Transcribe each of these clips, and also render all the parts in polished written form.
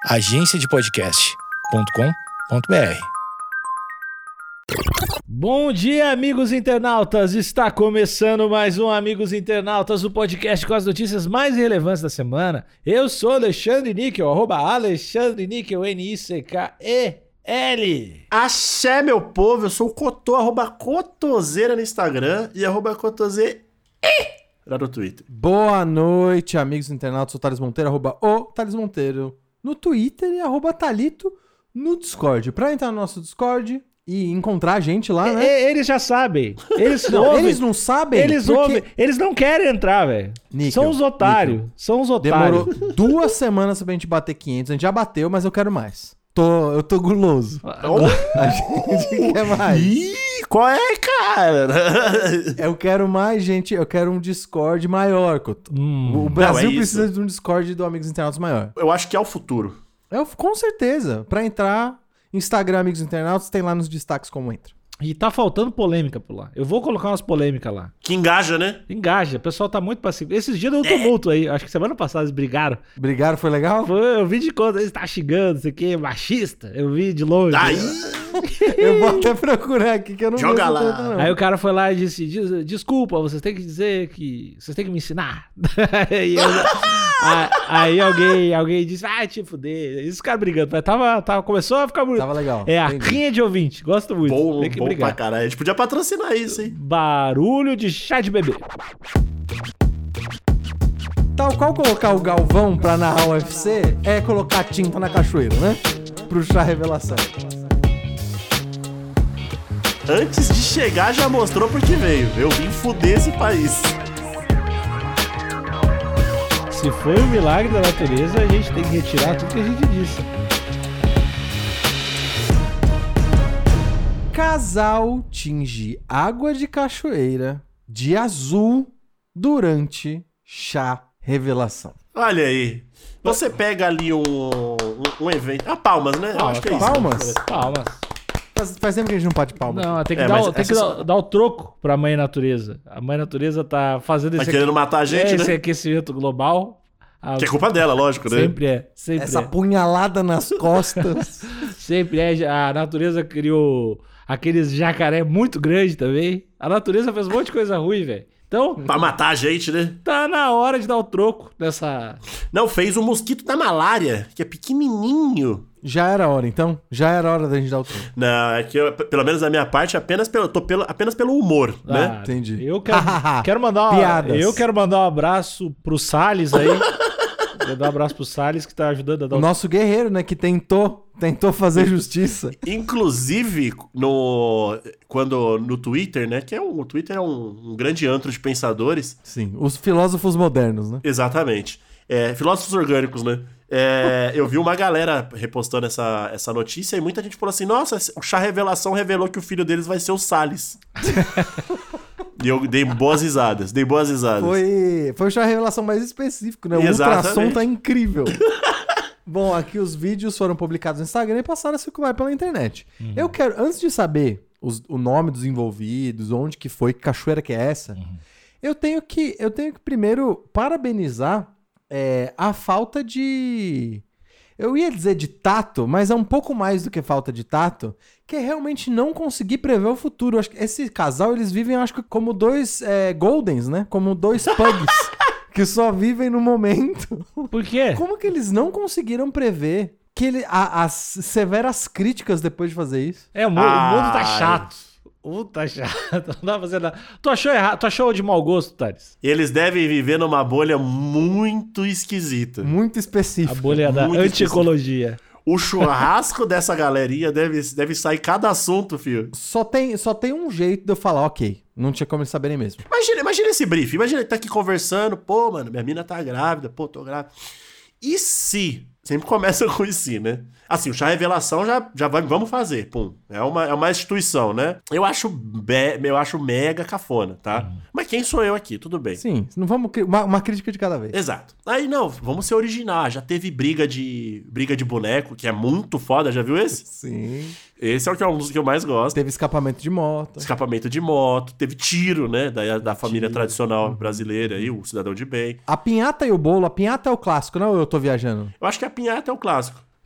agenciadepodcast.com.br. Bom dia, amigos internautas! Está começando mais um Amigos Internautas, o podcast com as notícias mais relevantes da semana. Eu sou Alexandre Níquel, Alexandre Níquel, N-I-C-K-E-L. Axé, meu povo, eu sou o Cotô, @cotoseira no Instagram e @cotoseira no Twitter. Boa noite, amigos internautas, sou o Thales Monteiro, @o Thales Monteiro no Twitter e @Thalito no Discord. Pra entrar no nosso Discord e encontrar a gente lá, né? Eles já sabem. Eles não sabem? Eles ouvem. Eles não querem entrar, velho. São os otários. Demorou 2 semanas pra gente bater 500. A gente já bateu, mas eu quero mais. Eu tô guloso. A gente quer mais. Ih, qual é, cara? Eu quero mais, gente. Eu quero um Discord maior. O Brasil precisa de um Discord do Amigos Internautas maior. Eu acho que é o futuro. Com certeza. Pra entrar, Instagram Amigos Internautas, tem lá nos destaques como entra. E tá faltando polêmica por lá. Eu vou colocar umas polêmicas lá. Que engaja, né? Engaja. O pessoal tá muito passivo. Esses dias deu um tumulto aí. Acho que semana passada eles brigaram. Brigaram, foi legal? Eu vi de conta. Eles estavam xingando, não sei o que, machista. Eu vi de longe. Aí! Eu vou até procurar aqui que eu não Joga vejo lá. tanto, não. Aí o cara foi lá e disse: Desculpa, vocês têm que dizer que. Vocês têm que me ensinar. Aí alguém disse: te fuder. Isso ficaram brigando. Mas começou a ficar bonito. Tava legal. É a entendi. rinha de ouvinte. Gosto muito. Bom, Tem que bom brigar. pra caralho. A gente podia patrocinar isso, hein? Barulho de chá de bebê. Tal qual colocar o Galvão pra narrar o UFC é colocar tinta na cachoeira, né? Pro chá revelação. Antes de chegar, já mostrou porque veio. Eu vim fuder esse país. Se foi um milagre da natureza, a gente tem que retirar tudo que a gente disse. Casal tinge água de cachoeira de azul durante chá revelação. Olha aí. Você pega ali um evento. Palmas, né? Eu acho que é isso. Palmas? Palmas. Faz tempo que a gente não bate palmas. Não, tem que, mas dar o troco pra Mãe Natureza. A Mãe Natureza tá fazendo Tá querendo matar a gente, esse né? aquecimento global. Que é culpa dela, lógico, né? Sempre é. Essa punhalada nas costas. Sempre é. A natureza criou aqueles jacaré muito grande também. A natureza fez um monte de coisa ruim, velho. Então, Pra matar a gente, né? tá na hora de dar o troco nessa... Não, fez o mosquito da malária, que é pequenininho. Já era hora, então? Já era hora da gente dar o tempo. Não, é que pelo menos da minha parte, apenas pelo humor, né? Entendi. Eu quero mandar Piadas. Eu quero mandar um abraço pro Salles aí. Quero dar um abraço pro Salles que tá ajudando a dar O nosso guerreiro, né, que tentou fazer justiça. Inclusive, no Twitter, né? O Twitter é um grande antro de pensadores. Sim, os filósofos modernos, né? Exatamente. Filósofos orgânicos, né? Eu vi uma galera repostando essa notícia e muita gente falou assim: nossa, o chá revelação revelou que o filho deles vai ser o Salles. E eu dei boas risadas. Foi o chá revelação mais específico, né? O Exatamente. ultrassom tá incrível. Bom, aqui os vídeos foram publicados no Instagram e passaram a circular pela internet. Eu quero, antes de saber o nome dos envolvidos, onde que foi, que cachoeira que é essa, eu tenho que primeiro parabenizar a falta de... Eu ia dizer de tato, mas é um pouco mais do que falta de tato, que é realmente não conseguir prever o futuro. Acho que esse casal, eles vivem, acho que como dois Goldens, né? Como dois pugs, que só vivem no momento. Por quê? Como que eles não conseguiram prever as severas críticas depois de fazer isso? O mundo tá chato. O mundo tá chato. Não dá pra fazer nada. Tu achou errado? Tu achou de mau gosto, Thales? Eles devem viver numa bolha muito esquisita. Muito específico. A bolha da Muito anti-ecologia. O churrasco dessa galerinha deve sair cada assunto, filho. Só tem um jeito de eu falar, ok, não tinha como eles saberem mesmo. Imagina esse brief. Imagina ele tá aqui conversando. Pô, mano, minha mina tá grávida. Pô, tô grávida. E se... Sempre começa com isso, sim, né? Assim, o chá revelação já vamos fazer, pum. É uma instituição, né? Eu acho mega cafona, tá? Mas quem sou eu aqui? Tudo bem. Sim, não vamos uma crítica de cada vez. Exato. Aí, não, vamos ser original. Já teve briga de boneco, que é muito foda. Já viu esse? Sim. Esse é um dos que eu mais gosto. Teve escapamento de moto. Escapamento de moto. Teve tiro, né? Da família tradicional brasileira aí, o cidadão de bem. A pinhata e o bolo. A pinhata é o clássico, não? Ou eu tô viajando? Eu acho que a pinhata é o clássico.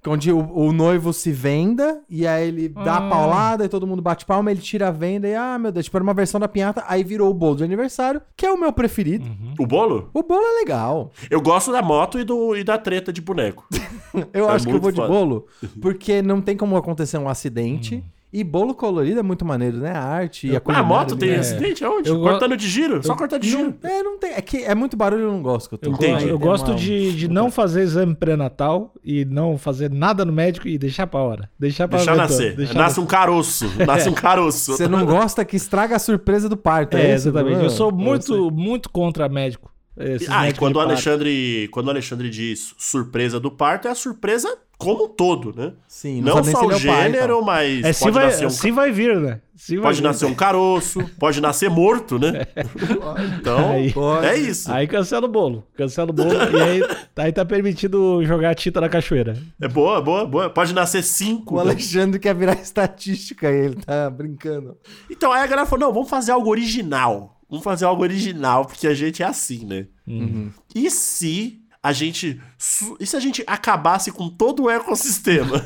Onde o noivo se venda, e aí ele dá a paulada, e todo mundo bate palma, ele tira a venda, e meu Deus, tipo, era uma versão da pinhata, aí virou o bolo de aniversário, que é o meu preferido. O bolo? O bolo é legal. Eu gosto da moto e da treta de boneco. Eu acho que eu vou de foda. bolo, porque não tem como acontecer um acidente. E bolo colorido é muito maneiro, né? A arte e a A culinária moto tem ali, né? acidente? Aonde? Eu Cortando de giro? Só cortar de giro. Não tem. É que é muito barulho, eu não gosto. Que eu tô Entendi. Eu É gosto mal. de não fazer exame pré-natal e não fazer nada no médico e deixar pra hora. Deixar Deixar nascer. Nasce um caroço. Nasce um caroço. Você não gosta que estraga a surpresa do parto, É, esse o exatamente. problema? Eu sou muito contra médico. Esses E médicos quando de o parto. Alexandre diz surpresa do parto, é a surpresa como um todo, né? Sim, Não sabe nem só se o ele é pai, gênero, então. mas Se pode vai, nascer se vai vir, né? Se vai pode vir. nascer um caroço, pode nascer morto, né? Então, Aí- é isso. Aí cancela o bolo. Cancela o bolo e aí tá permitido jogar tinta na cachoeira. É boa. Pode nascer 5. O né? Alexandre quer virar estatística e ele tá brincando. Então aí a galera falou, não, vamos fazer algo original. Vamos fazer algo original, porque a gente é assim, né? E se a gente acabasse com todo o ecossistema?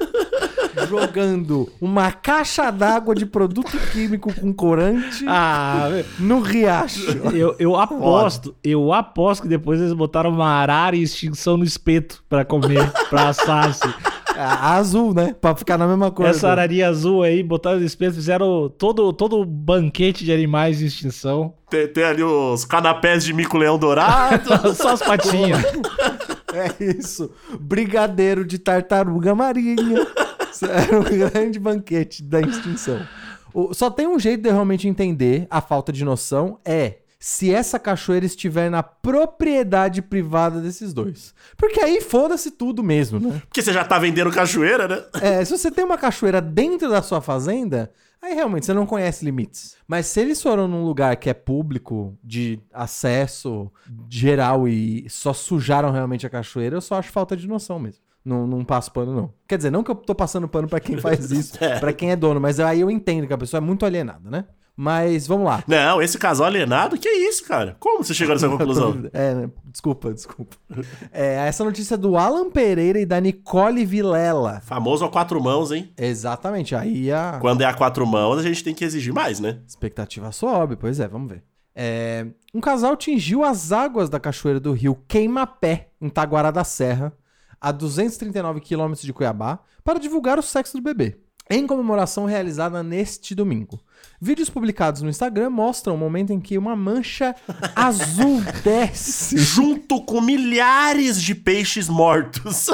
Jogando uma caixa d'água de produto químico com corante no riacho. Eu aposto que depois eles botaram uma arara em extinção no espeto pra comer, pra assar, assim. A azul, né? Pra ficar na mesma cor. Essa ararinha azul aí, botaram no espeto, fizeram todo o banquete de animais em extinção. Tem ali os canapés de mico-leão dourado. Só as patinhas. É isso. Brigadeiro de tartaruga marinha. Era um grande banquete da extinção. Só tem um jeito de eu realmente entender a falta de noção, se essa cachoeira estiver na propriedade privada desses dois. Porque aí foda-se tudo mesmo, né? Porque você já tá vendendo cachoeira, né? Se você tem uma cachoeira dentro da sua fazenda, aí realmente você não conhece limites. Mas se eles foram num lugar que é público, de acesso geral e só sujaram realmente a cachoeira, eu só acho falta de noção mesmo. Não passo pano, não. Quer dizer, não que eu tô passando pano pra quem faz isso, pra quem é dono, mas aí eu entendo que a pessoa é muito alienada, né? Mas vamos lá. Não, esse casal alienado, que isso, cara? Como você chegou nessa conclusão? Né? Desculpa. Essa notícia é do Alan Pereira e da Nicole Vilela. Famoso a 4 mãos, hein? Exatamente, aí a Quando é a 4 mãos, a gente tem que exigir mais, né? expectativa sobe, pois é, vamos ver. Um casal tingiu as águas da cachoeira do rio Queima-Pé, em Taguará da Serra, a 239 quilômetros de Cuiabá, para divulgar o sexo do bebê, em comemoração realizada neste domingo. Vídeos publicados no Instagram mostram o momento em que uma mancha azul desce. Junto com milhares de peixes mortos.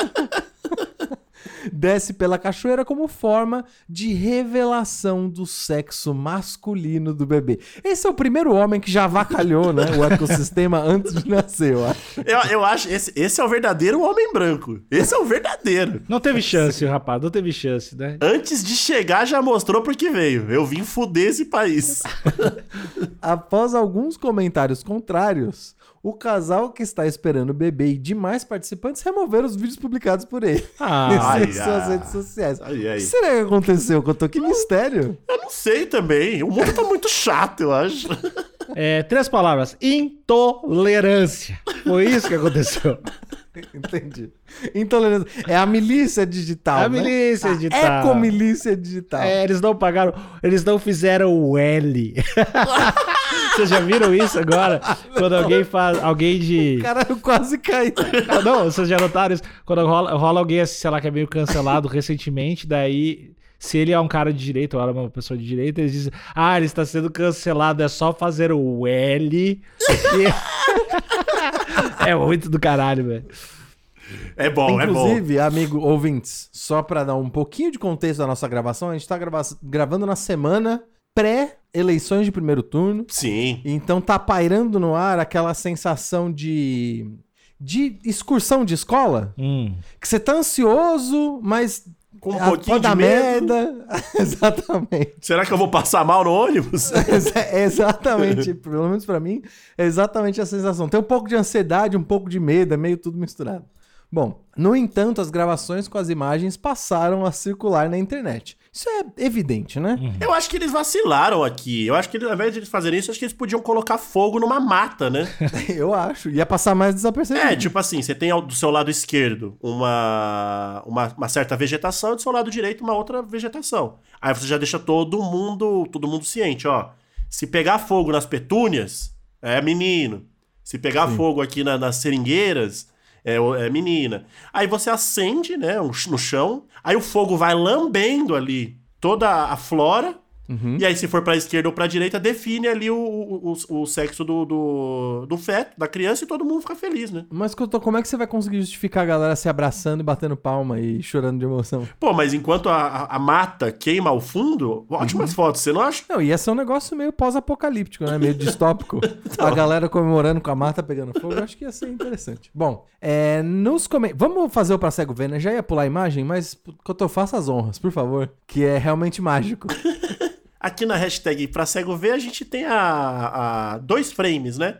Desce pela cachoeira como forma de revelação do sexo masculino do bebê. Esse é o primeiro homem que já avacalhou, né, o ecossistema antes de nascer, eu acho. Eu acho, esse é o verdadeiro homem branco. Esse é o verdadeiro. Não teve chance, rapaz. Não teve chance, né? Antes de chegar, já mostrou por que veio. Eu vim fuder esse país. Após alguns comentários contrários, o casal que está esperando o bebê e demais participantes removeram os vídeos publicados por ele em suas redes sociais. O que será que aconteceu? Que mistério. Eu não sei também. O mundo tá muito chato, eu acho. 3 palavras. Intolerância. Foi isso que aconteceu. Entendi. Intolerância. É a milícia digital, A milícia digital. Ecomilícia digital. Eles não pagaram, eles não fizeram o L. Vocês já viram isso agora? Quando alguém de... Caralho, eu quase caí. Não, vocês já notaram isso? Quando rola alguém, assim, sei lá, que é meio cancelado recentemente, daí... Se ele é um cara de direita ou ela é uma pessoa de direita, eles dizem, ele está sendo cancelado, é só fazer o L. É muito do caralho, velho. É bom, Inclusive, amigo ouvintes, só pra dar um pouquinho de contexto da nossa gravação, a gente tá gravando na semana pré-eleições de primeiro turno. Sim. Então tá pairando no ar aquela sensação de excursão de escola. Que você tá ansioso, mas... Com um pouquinho pode de dar medo. merda. Exatamente. Será que eu vou passar mal no ônibus? Exatamente. Pelo menos pra mim, é exatamente a sensação. Tem um pouco de ansiedade, um pouco de medo, é meio tudo misturado. Bom, no entanto, as gravações com as imagens passaram a circular na internet. Isso é evidente, né? Eu acho que eles vacilaram aqui. Eu acho que ao invés de eles fazerem isso, acho que eles podiam colocar fogo numa mata, né? Eu acho. Ia passar mais desapercebido. É, tipo assim, você tem do seu lado esquerdo uma certa vegetação e do seu lado direito uma outra vegetação. Aí você já deixa todo mundo ciente, ó. Se pegar fogo nas petúnias, é menino. Se pegar fogo aqui nas seringueiras, é menina. Aí você acende, né, no chão, aí o fogo vai lambendo ali toda a flora, e aí se for pra esquerda ou pra direita, define ali o sexo do feto, da criança, e todo mundo fica feliz, né? Mas, como é que você vai conseguir justificar a galera se abraçando e batendo palma e chorando de emoção? Pô, mas enquanto a mata queima ao fundo, ótimas fotos, você não acha? Não, ia ser um negócio meio pós-apocalíptico, né? Meio distópico. A galera comemorando com a mata pegando fogo, eu acho que ia ser interessante. Bom, vamos fazer o Pra Cego Ver, né? Já ia pular a imagem, mas Cotô, faça as honras, por favor. Que é realmente mágico. Aqui na hashtag Pra Cego Ver, a gente tem dois frames, né?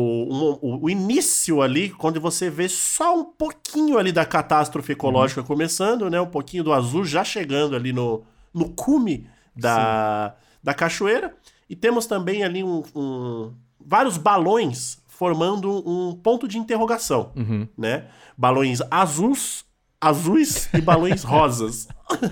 O início ali, quando você vê só um pouquinho ali da catástrofe ecológica começando, né? Um pouquinho do azul já chegando ali no cume da cachoeira. E temos também ali vários balões formando um ponto de interrogação, né? Balões azuis e balões rosas.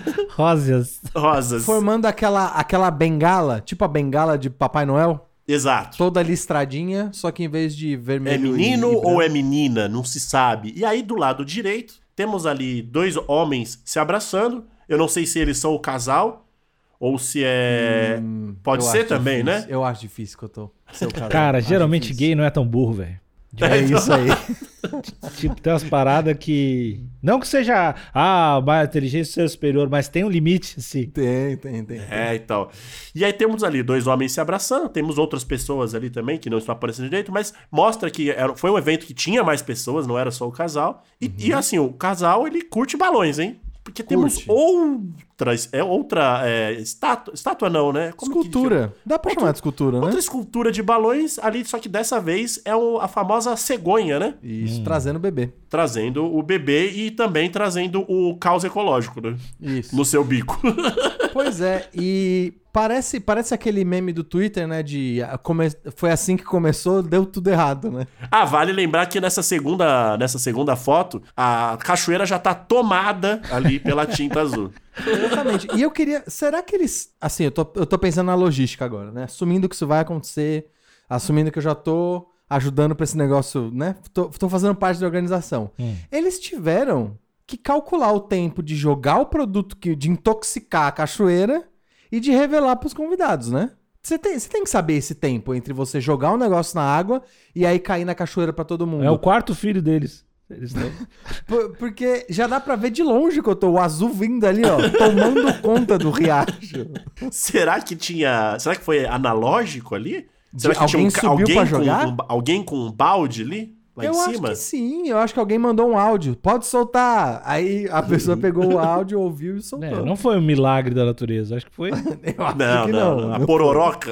Rosas. Formando aquela bengala, tipo a bengala de Papai Noel. Exato. Toda listradinha, só que em vez de vermelho... É menino ou é menina? Não se sabe. E aí, do lado direito, temos ali dois homens se abraçando. Eu não sei se eles são o casal ou se é... Pode ser também, difícil. né? Eu acho difícil que eu tô. Cara, geralmente gay não é tão burro, velho. É isso aí. Tipo, tem umas paradas que... Não que seja, a inteligência seja superior, mas tem um limite, assim. Tem. Então. E aí temos ali dois homens se abraçando, temos outras pessoas ali também que não estão aparecendo direito, mas mostra que foi um evento que tinha mais pessoas, não era só o casal. E assim, o casal, ele curte balões, hein? Porque temos outra estátua não, né? Escultura. Dá pra chamar de escultura, né? Outra escultura de balões ali, só que dessa vez é a famosa cegonha, né? Isso, trazendo o bebê. Trazendo o bebê e também trazendo o caos ecológico, né? Isso. No seu bico. Pois é, e parece aquele meme do Twitter, né? Foi assim que começou, deu tudo errado, né? Vale lembrar que nessa segunda foto, a cachoeira já tá tomada ali pela tinta azul. Exatamente. E eu queria... Será que eles... Assim, eu tô pensando na logística agora, né? Assumindo que isso vai acontecer, assumindo que eu já tô ajudando pra esse negócio, né? Tô fazendo parte da organização. Eles tiveram que calcular o tempo de jogar o produto, de intoxicar a cachoeira e de revelar pros convidados, né? Você tem que saber esse tempo entre você jogar um negócio na água e aí cair na cachoeira pra todo mundo. É o quarto filho deles. Eles não... Porque já dá pra ver de longe que o azul vindo ali, ó, tomando conta do riacho. Será que foi analógico ali? Será que alguém subiu pra jogar? Alguém com um balde ali? Lá em cima? Eu acho que sim, eu acho que alguém mandou um áudio. Pode soltar. Aí a pessoa pegou o áudio, ouviu e soltou. Não foi um milagre da natureza, acho que foi. Eu acho que não. A pororoca.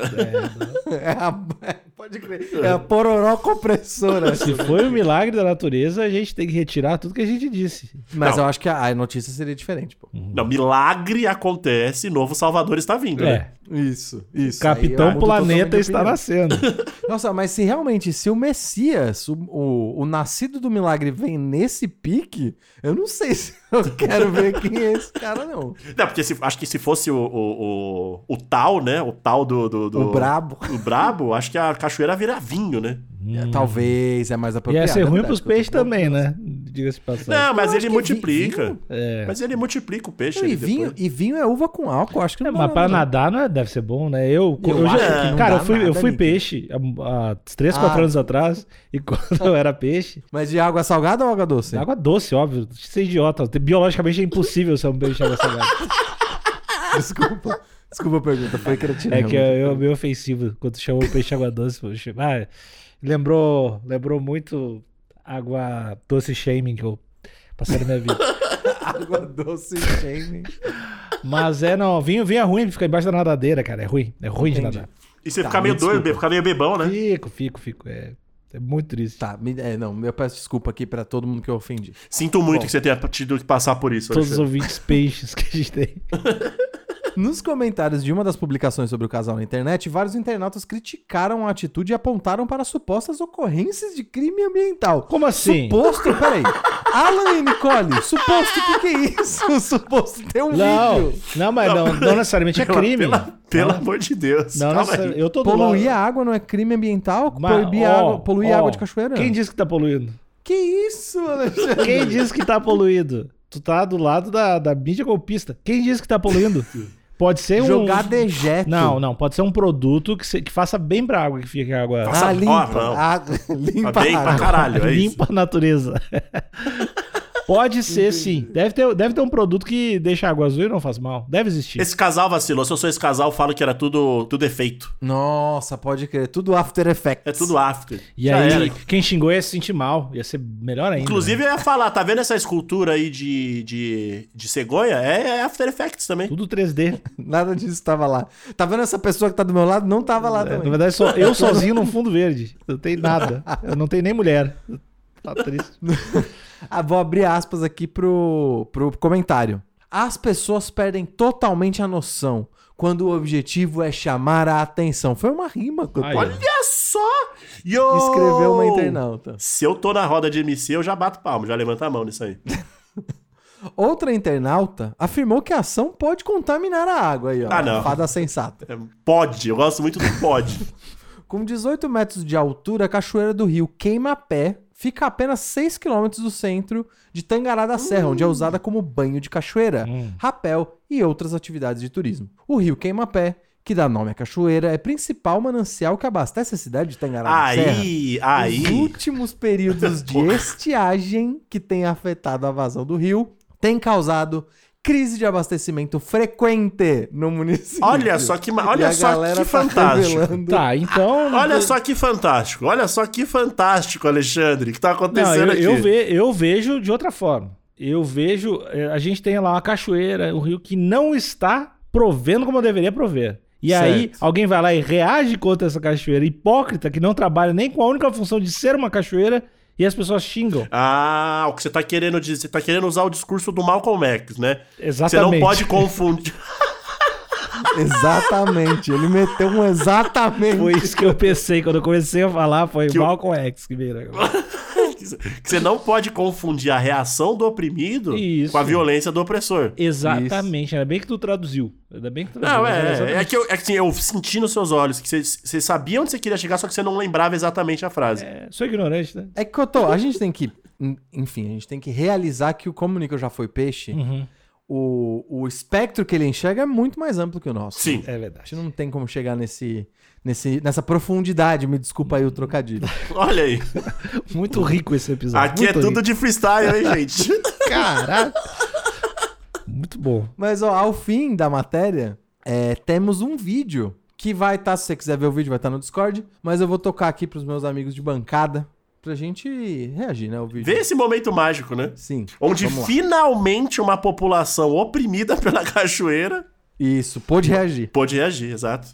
Pode crer. É a pororoca opressora. Se foi um milagre da natureza, a gente tem que retirar tudo que a gente disse. Mas eu acho que a notícia seria diferente, pô. Não, milagre acontece, novo Salvador está vindo, né? Isso. Capitão Planeta está nascendo. Nossa, mas se o Messias, o nascido do milagre vem nesse pique, eu não sei se eu quero ver quem é esse cara, não. Não, porque acho que se fosse o tal, né? O tal do o brabo. O brabo, acho que a cachoeira vira vinho, né? Talvez, é mais apropriado. Ia ser ruim pros peixes também, né? Diga-se passagem. Não, mas ele multiplica. Mas ele multiplica o peixe. E vinho é uva com álcool, acho que não. Mas pra nadar não deve ser bom, né? Eu fui peixe há 3, 4 anos atrás, e quando eu era peixe... Mas de água salgada ou água doce? Água doce, óbvio. Você é idiota. Biologicamente é impossível ser um peixe de água salgada. Desculpa a pergunta, foi cretina. É que é meio ofensivo quando chamou o peixe água doce. Lembrou muito água doce shaming que eu passei na minha vida. Água doce shaming. Mas vinho é ruim, fica embaixo da nadadeira, cara. É ruim de nadar. E você fica meio doido, fica meio bebão, né? Fico. É muito triste. Tá, eu peço desculpa aqui pra todo mundo que eu ofendi. Sinto muito que você tenha tido que passar por isso. Todos os ouvintes peixes que a gente tem. Nos comentários de uma das publicações sobre o casal na internet, vários internautas criticaram a atitude e apontaram para supostas ocorrências de crime ambiental. Como assim? Suposto, peraí. Alan e Nicole, suposto, o que é isso? Suposto ter um vídeo. Não, mas não necessariamente é crime. Pelo amor de Deus. Não, Calma aí. eu tô do Poluir lado. a água não é crime ambiental? Mas, Poluir água de cachoeira? Quem disse que tá poluindo? Que isso, Alexandre? Quem disse que tá poluído? Tu tá do lado da mídia golpista. Quem disse que tá poluindo? Pode ser Jogar dejeto. Não. Pode ser um produto que faça bem pra água, que fique a água... Nossa, limpa. não. Limpa Tá bem a pra água. caralho, é isso. Limpa a natureza. Pode ser, sim. Deve ter um produto que deixa a água azul e não faz mal. Deve existir. Esse casal vacilou. Se eu sou esse casal, eu falo que era tudo efeito. Nossa, pode crer. Tudo After Effects. É tudo after. E Já aí, era. quem xingou ia se sentir mal. Ia ser melhor ainda. Inclusive, né? eu ia falar, tá vendo essa escultura aí de cegonha? É After Effects também. Tudo 3D. Nada disso tava lá. Tá vendo essa pessoa que tá do meu lado? Não tava lá Na também. verdade, sou eu sozinho num fundo verde. Não tem nada. Eu não tenho nem mulher. Tá triste. Vou abrir aspas aqui pro comentário. As pessoas perdem totalmente a noção quando o objetivo é chamar a atenção. Foi uma rima que eu Aí, tô... ó. Olha só! Yo! Escreveu uma internauta. Se eu tô na roda de MC, eu já bato palmo, já levanto a mão nisso aí. Outra internauta afirmou que a ação pode contaminar a água aí, ó. Ah, não. Fada sensata. Pode, eu gosto muito do pode. Com 18 metros de altura, a Cachoeira do Rio Queima-Pé fica a apenas 6 km do centro de Tangará da Serra, onde é usada como banho de cachoeira, rapel e outras atividades de turismo. O rio Queima-Pé, que dá nome à cachoeira, é principal manancial que abastece a cidade de Tangará da Serra. Os Aí. últimos períodos de estiagem que tem afetado a vazão do rio têm causado crise de abastecimento frequente no município. Olha só que, E a olha só galera que tá fantástico. revelando- Tá, então... Olha só que fantástico. Olha só que fantástico, Alexandre, que tá acontecendo aqui. Eu vejo de outra forma. Eu vejo... A gente tem lá uma cachoeira, um rio que não está provendo como deveria prover. E aí, Certo. alguém vai lá e reage contra essa cachoeira hipócrita, que não trabalha nem com a única função de ser uma cachoeira, e as pessoas xingam. Ah, o que você tá querendo dizer, você tá querendo usar o discurso do Malcolm X, né? Exatamente. Você não pode confundir. Exatamente, ele meteu um exatamente. Foi isso que eu pensei quando eu comecei a falar, foi Que o o- Malcolm X que veio agora. Que você não pode confundir a reação do oprimido Isso. com a violência do opressor. Exatamente, ainda bem que tu traduziu. Ainda bem que tu traduziu. Não, mas era é exatamente que assim, eu senti nos seus olhos que você sabia onde você queria chegar, só que você não lembrava exatamente a frase. Sou ignorante, né? É que a gente tem que, enfim, a gente tem que realizar que como o Nico já foi peixe, o espectro que ele enxerga é muito mais amplo que o nosso. Sim. É A verdade. gente não tem como chegar nessa profundidade, me desculpa aí o trocadilho. Olha aí. Muito rico esse episódio. Aqui é muito tudo de freestyle, hein, gente? Caraca. Muito bom. Mas, ó, ao fim da matéria, temos um vídeo que vai estar, se você quiser ver o vídeo, vai estar no Discord, mas eu vou tocar aqui pros meus amigos de bancada pra gente reagir, né, o vídeo. Vê esse momento mágico, né? Sim. Onde vamos lá. finalmente uma população oprimida pela cachoeira Isso, pôde reagir. pôde reagir, exato.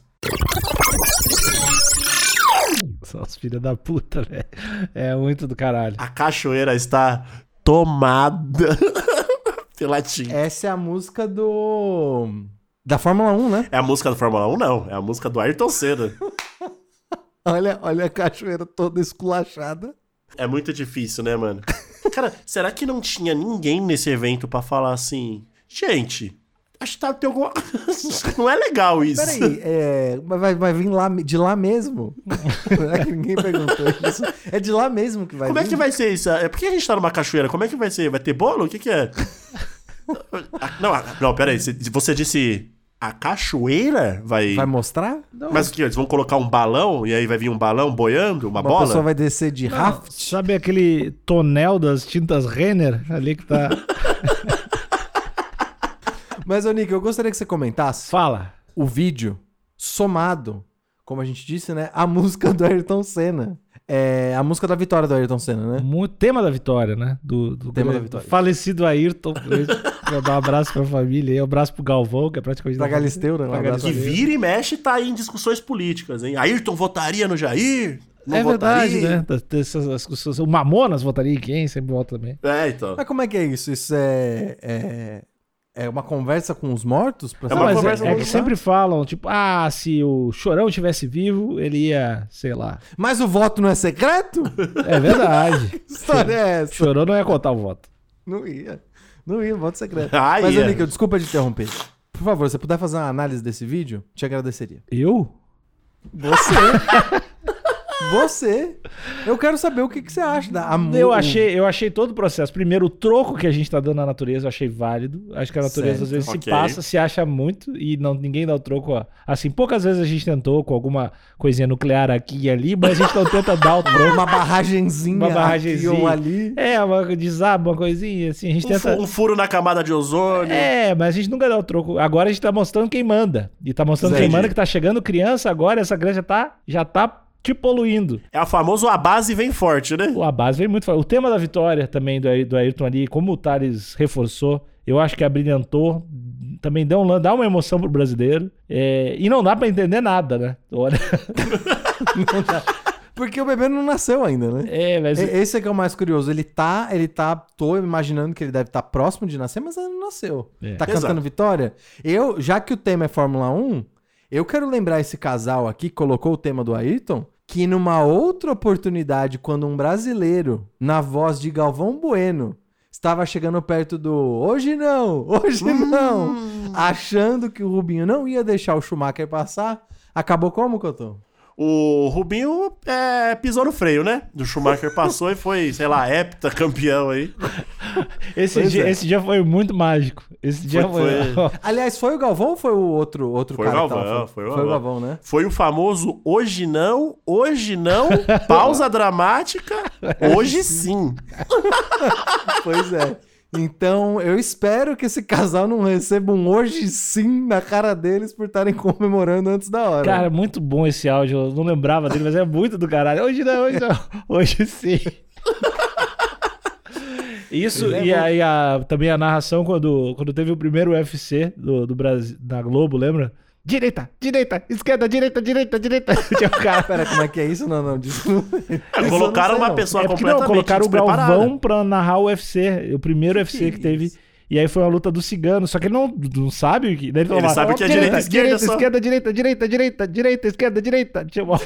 São os filhos da puta, velho. É muito do caralho. A cachoeira está tomada pela tinta. Essa é a música da Fórmula 1, né? É a música do Fórmula 1? Não. É a música do Ayrton Senna. Olha a cachoeira toda esculachada. É muito difícil, né, mano? Cara, será que não tinha ninguém nesse evento pra falar assim... Gente, acho que tem alguma... Não é legal isso. Peraí, vai vir lá, de lá mesmo? Será que ninguém perguntou isso? É de lá mesmo que vai Como vir? é que vai ser isso? É porque a gente tá numa cachoeira. Como é que vai ser? Vai ter bolo? O que é? Não, peraí. Você disse... A cachoeira vai... Vai mostrar? Mas o que? Eles vão colocar um balão e aí vai vir um balão boiando? Uma bola? pessoa vai descer de raft? Sabe aquele tonel das tintas Renner ali que tá... Mas, ô Nick, eu gostaria que você comentasse Fala. o vídeo somado, como a gente disse, né? A música do Ayrton Senna. É a música da vitória do Ayrton Senna, né? Muito tema da vitória, né? Do Tema da vitória. falecido Ayrton. Vou dar um abraço pra família aí. Um abraço pro Galvão, que é praticamente... Pra Galisteu, né? Um Pra abraço Que pra ele. vira e mexe tá aí em discussões políticas, hein? Ayrton votaria no Jair? Não É verdade, votaria? né? O Mamonas votaria em quem? Sempre vota também. É, então. Mas como é que é isso? Isso é É uma conversa com os mortos? Pra É uma Mas conversa é que voltar. sempre falam, tipo, se o Chorão tivesse vivo, ele ia, sei lá. Mas o voto não é secreto? É verdade. Que história é essa? Chorão não ia contar o voto. Não ia. Não ia, voto secreto. Ah, Mas, ia. Níquel, desculpa te interromper. Por favor, se você puder fazer uma análise desse vídeo, te agradeceria. Eu? Você. Você. Eu quero saber o que você acha. Eu achei todo o processo. Primeiro, o troco que a gente tá dando à natureza, eu achei válido. Acho que a natureza Certo. às vezes se Ok. passa, se acha muito e ninguém dá o troco. Ó. Assim, poucas vezes a gente tentou com alguma coisinha nuclear aqui e ali, mas a gente não tenta dar o troco. Uma barragenzinha, Uma barragenzinha. aqui ou ali. Uma desaba, uma coisinha, assim, a gente tenta... Um furo na camada de ozônio. Mas a gente nunca dá o troco. Agora a gente tá mostrando quem manda. E tá mostrando quem Entendi. manda que tá chegando criança agora, essa criança já tá te poluindo. É o famoso a base vem forte, né? A base vem muito forte. O tema da vitória também do Ayrton ali, como o Thales reforçou, eu acho que abrilhantou. Também dá uma emoção pro brasileiro. E não dá pra entender nada, né? Olha. Não dá. Porque o bebê não nasceu ainda, né? Mas... Esse é que é o mais curioso. Tô imaginando que ele deve estar próximo de nascer, mas ele não nasceu. Tá Exato. cantando vitória? Já que o tema é Fórmula 1, eu quero lembrar esse casal aqui que colocou o tema do Ayrton, que numa outra oportunidade, quando um brasileiro, na voz de Galvão Bueno, estava chegando perto do hoje não, achando que o Rubinho não ia deixar o Schumacher passar, acabou como, Cotô? O Rubinho pisou no freio, né? O Schumacher passou e foi, sei lá, heptacampeão aí. Esse dia foi muito mágico. Esse dia foi... Aliás, foi o Galvão ou foi o outro Foi cara o que Galvão, tava... foi o Foi o Galvão. Galvão, né? Foi o famoso hoje não, pausa dramática, hoje sim. Pois é. Então, eu espero que esse casal não receba um hoje sim na cara deles por estarem comemorando antes da hora. Cara, muito bom esse áudio. Eu não lembrava dele, mas é muito do caralho. Hoje não. Hoje sim. Isso, e aí também a narração quando teve o primeiro UFC do Brasil, na Globo, lembra? Direita, esquerda, direita. Tinha um cara. Pera, como é que é isso? Não, desculpa. Colocaram uma pessoa Porque completamente colocaram o despreparada. Galvão pra narrar o UFC, o primeiro UFC que teve. E aí foi uma luta do cigano, só que ele não sabe o que. Daí ele falava, sabe o que é direita e esquerda só. esquerda, direita, esquerda, direita.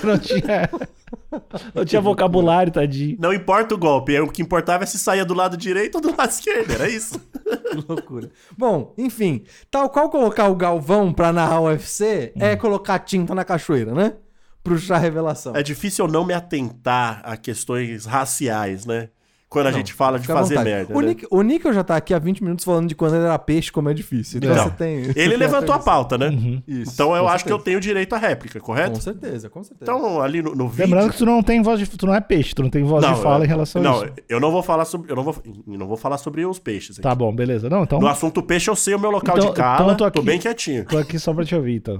Não tinha vocabulário, tadinho. Não importa o golpe, o que importava é se saía do lado direito ou do lado esquerdo, era isso. Que loucura. Bom, enfim, tal qual colocar o Galvão pra narrar o UFC é colocar tinta na cachoeira, né? Pro chá revelação. É difícil eu não me atentar a questões raciais, né? Quando a gente fala de Fica à fazer vontade. merda, O, né? o Níquel já tá aqui há 20 minutos falando de quando ele era peixe, como é difícil. Então Não. você tem... Ele levantou a pauta, né? Isso, Então eu com acho que eu certeza. tenho direito à réplica, correto? Com certeza. Então, ali no vídeo... Lembrando que tu não tem voz de... Tu não é peixe, tu não tem voz de fala em relação a isso. eu não vou falar sobre... Eu não vou falar sobre os peixes aqui. Tá bom, beleza. Não, então... No assunto peixe eu sei o meu local Então- de cala, então eu tô tô aqui. bem quietinho. Tô aqui só pra te ouvir, então.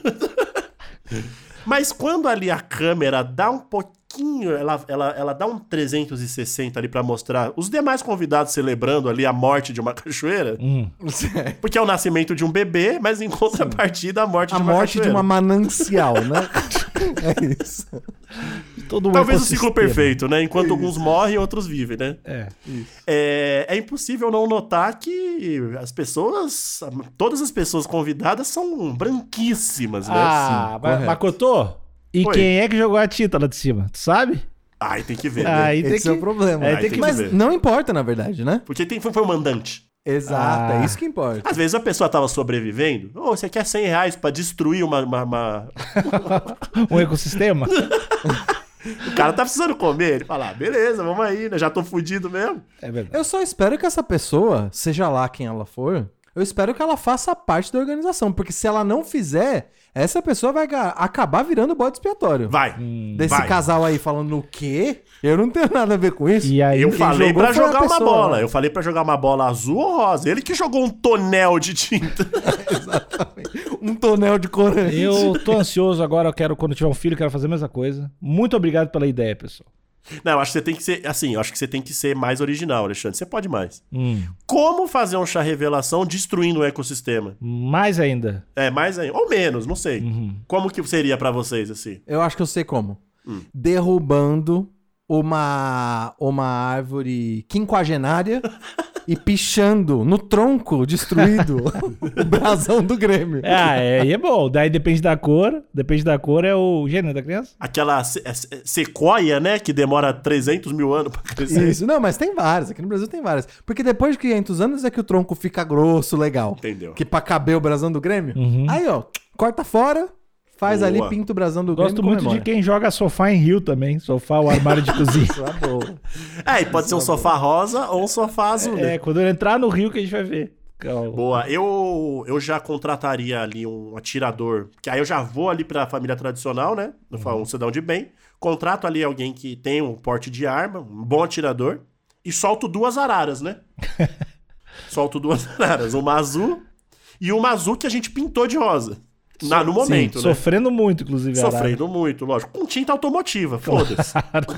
Mas quando ali a câmera dá um pouquinho, ela dá um 360 ali pra mostrar os demais convidados celebrando ali a morte de uma cachoeira, porque é o nascimento de um bebê, mas em contrapartida a morte A de uma morte de cachoeira. uma manancial, né? É isso. Todo um Talvez o ciclo ecossistema. perfeito, né? Enquanto alguns morrem, outros vivem, né? É. É impossível não notar que as pessoas, todas as pessoas convidadas são branquíssimas, né? correto. Macotô, e Oi. quem é que jogou a tinta lá de cima? Tu sabe? Ai, tem que ver, né? Aí tem Esse que... é o problema. Aí Aí tem tem que... que Mas ver. não importa, na verdade, né? Porque foi o mandante. Exato, Ah. é isso que importa. Às vezes a pessoa tava sobrevivendo. Ô, você quer 100 reais pra destruir uma... Um ecossistema? O cara tá precisando comer. Ele fala, beleza, vamos aí, né? Já tô fudido mesmo. É verdade. Eu só espero que essa pessoa, seja lá quem ela for, eu espero que ela faça parte da organização. Porque se ela não fizer, essa pessoa vai acabar virando bode expiatório. Vai. Desse vai. casal aí falando o quê? Eu não tenho nada a ver com isso. E aí... Eu Quem falei jogou pra foi a jogar uma pessoa, bola. né? Eu falei pra jogar uma bola azul ou rosa. Ele que jogou um tonel de tinta. Um tonel de corante. Eu tô ansioso agora, eu quero, quando tiver um filho, eu quero fazer a mesma coisa. Muito obrigado pela ideia, pessoal. Não, eu acho que você tem que ser... Assim, eu acho que você tem que ser mais original, Alexandre. Você pode mais. Hum. Como fazer um chá revelação destruindo o ecossistema? Mais ainda. Mais aí. Ou menos, não sei. Uhum. Como que seria pra vocês, assim? Eu acho que eu sei como. Derrubando uma árvore quinquagenária e pichando no tronco destruído o brasão do Grêmio. Aí é bom. Daí depende da cor. Depende da cor, é o gênero da criança. Aquela sequoia, né? Que demora 300 mil anos pra crescer. Isso, não, mas tem várias. Aqui no Brasil tem várias. Porque depois de 500 anos é que o tronco fica grosso, legal. Entendeu? Que pra caber o brasão do Grêmio. Aí, ó, corta fora, faz Boa. ali, pinta o brasão do Grêmio. Gosto muito de quem joga sofá em Rio também. Sofá, o armário de cozinha. Isso é boa. E pode ser um sofá rosa ou um sofá azul, né? Quando eu entrar no Rio que a gente vai ver. Boa, eu já contrataria ali um atirador, que aí eu já vou ali pra família tradicional, né? Um cidadão de bem. Contrato ali alguém que tem um porte de arma, um bom atirador, e solto 2 araras, né? Solto 2 araras, uma azul e uma azul que a gente pintou de rosa. No momento, né? Sofrendo muito, inclusive. Sofrendo muito, lógico. Com tinta automotiva, foda-se.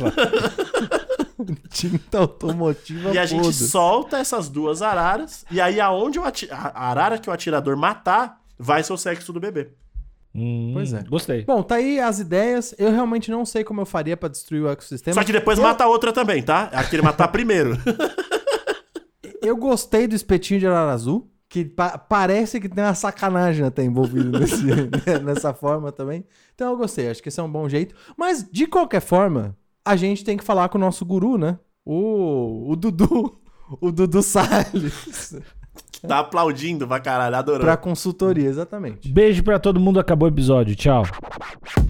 Tinta automotiva, E a gente solta essas 2 araras, e aí aonde a arara que o atirador matar, vai ser o sexo do bebê. Pois é. Gostei. Bom, tá aí as ideias. Eu realmente não sei como eu faria pra destruir o ecossistema. Só que depois mata a outra também, tá? É aquele matar primeiro. Eu gostei do espetinho de arara azul, que parece que tem uma sacanagem até envolvida nessa forma também. Então eu gostei, acho que esse é um bom jeito. Mas, de qualquer forma, a gente tem que falar com o nosso guru, né? O Dudu. O Dudu Salles. Que tá aplaudindo pra caralho, adorando. Pra consultoria, exatamente. Beijo pra todo mundo. Acabou o episódio. Tchau.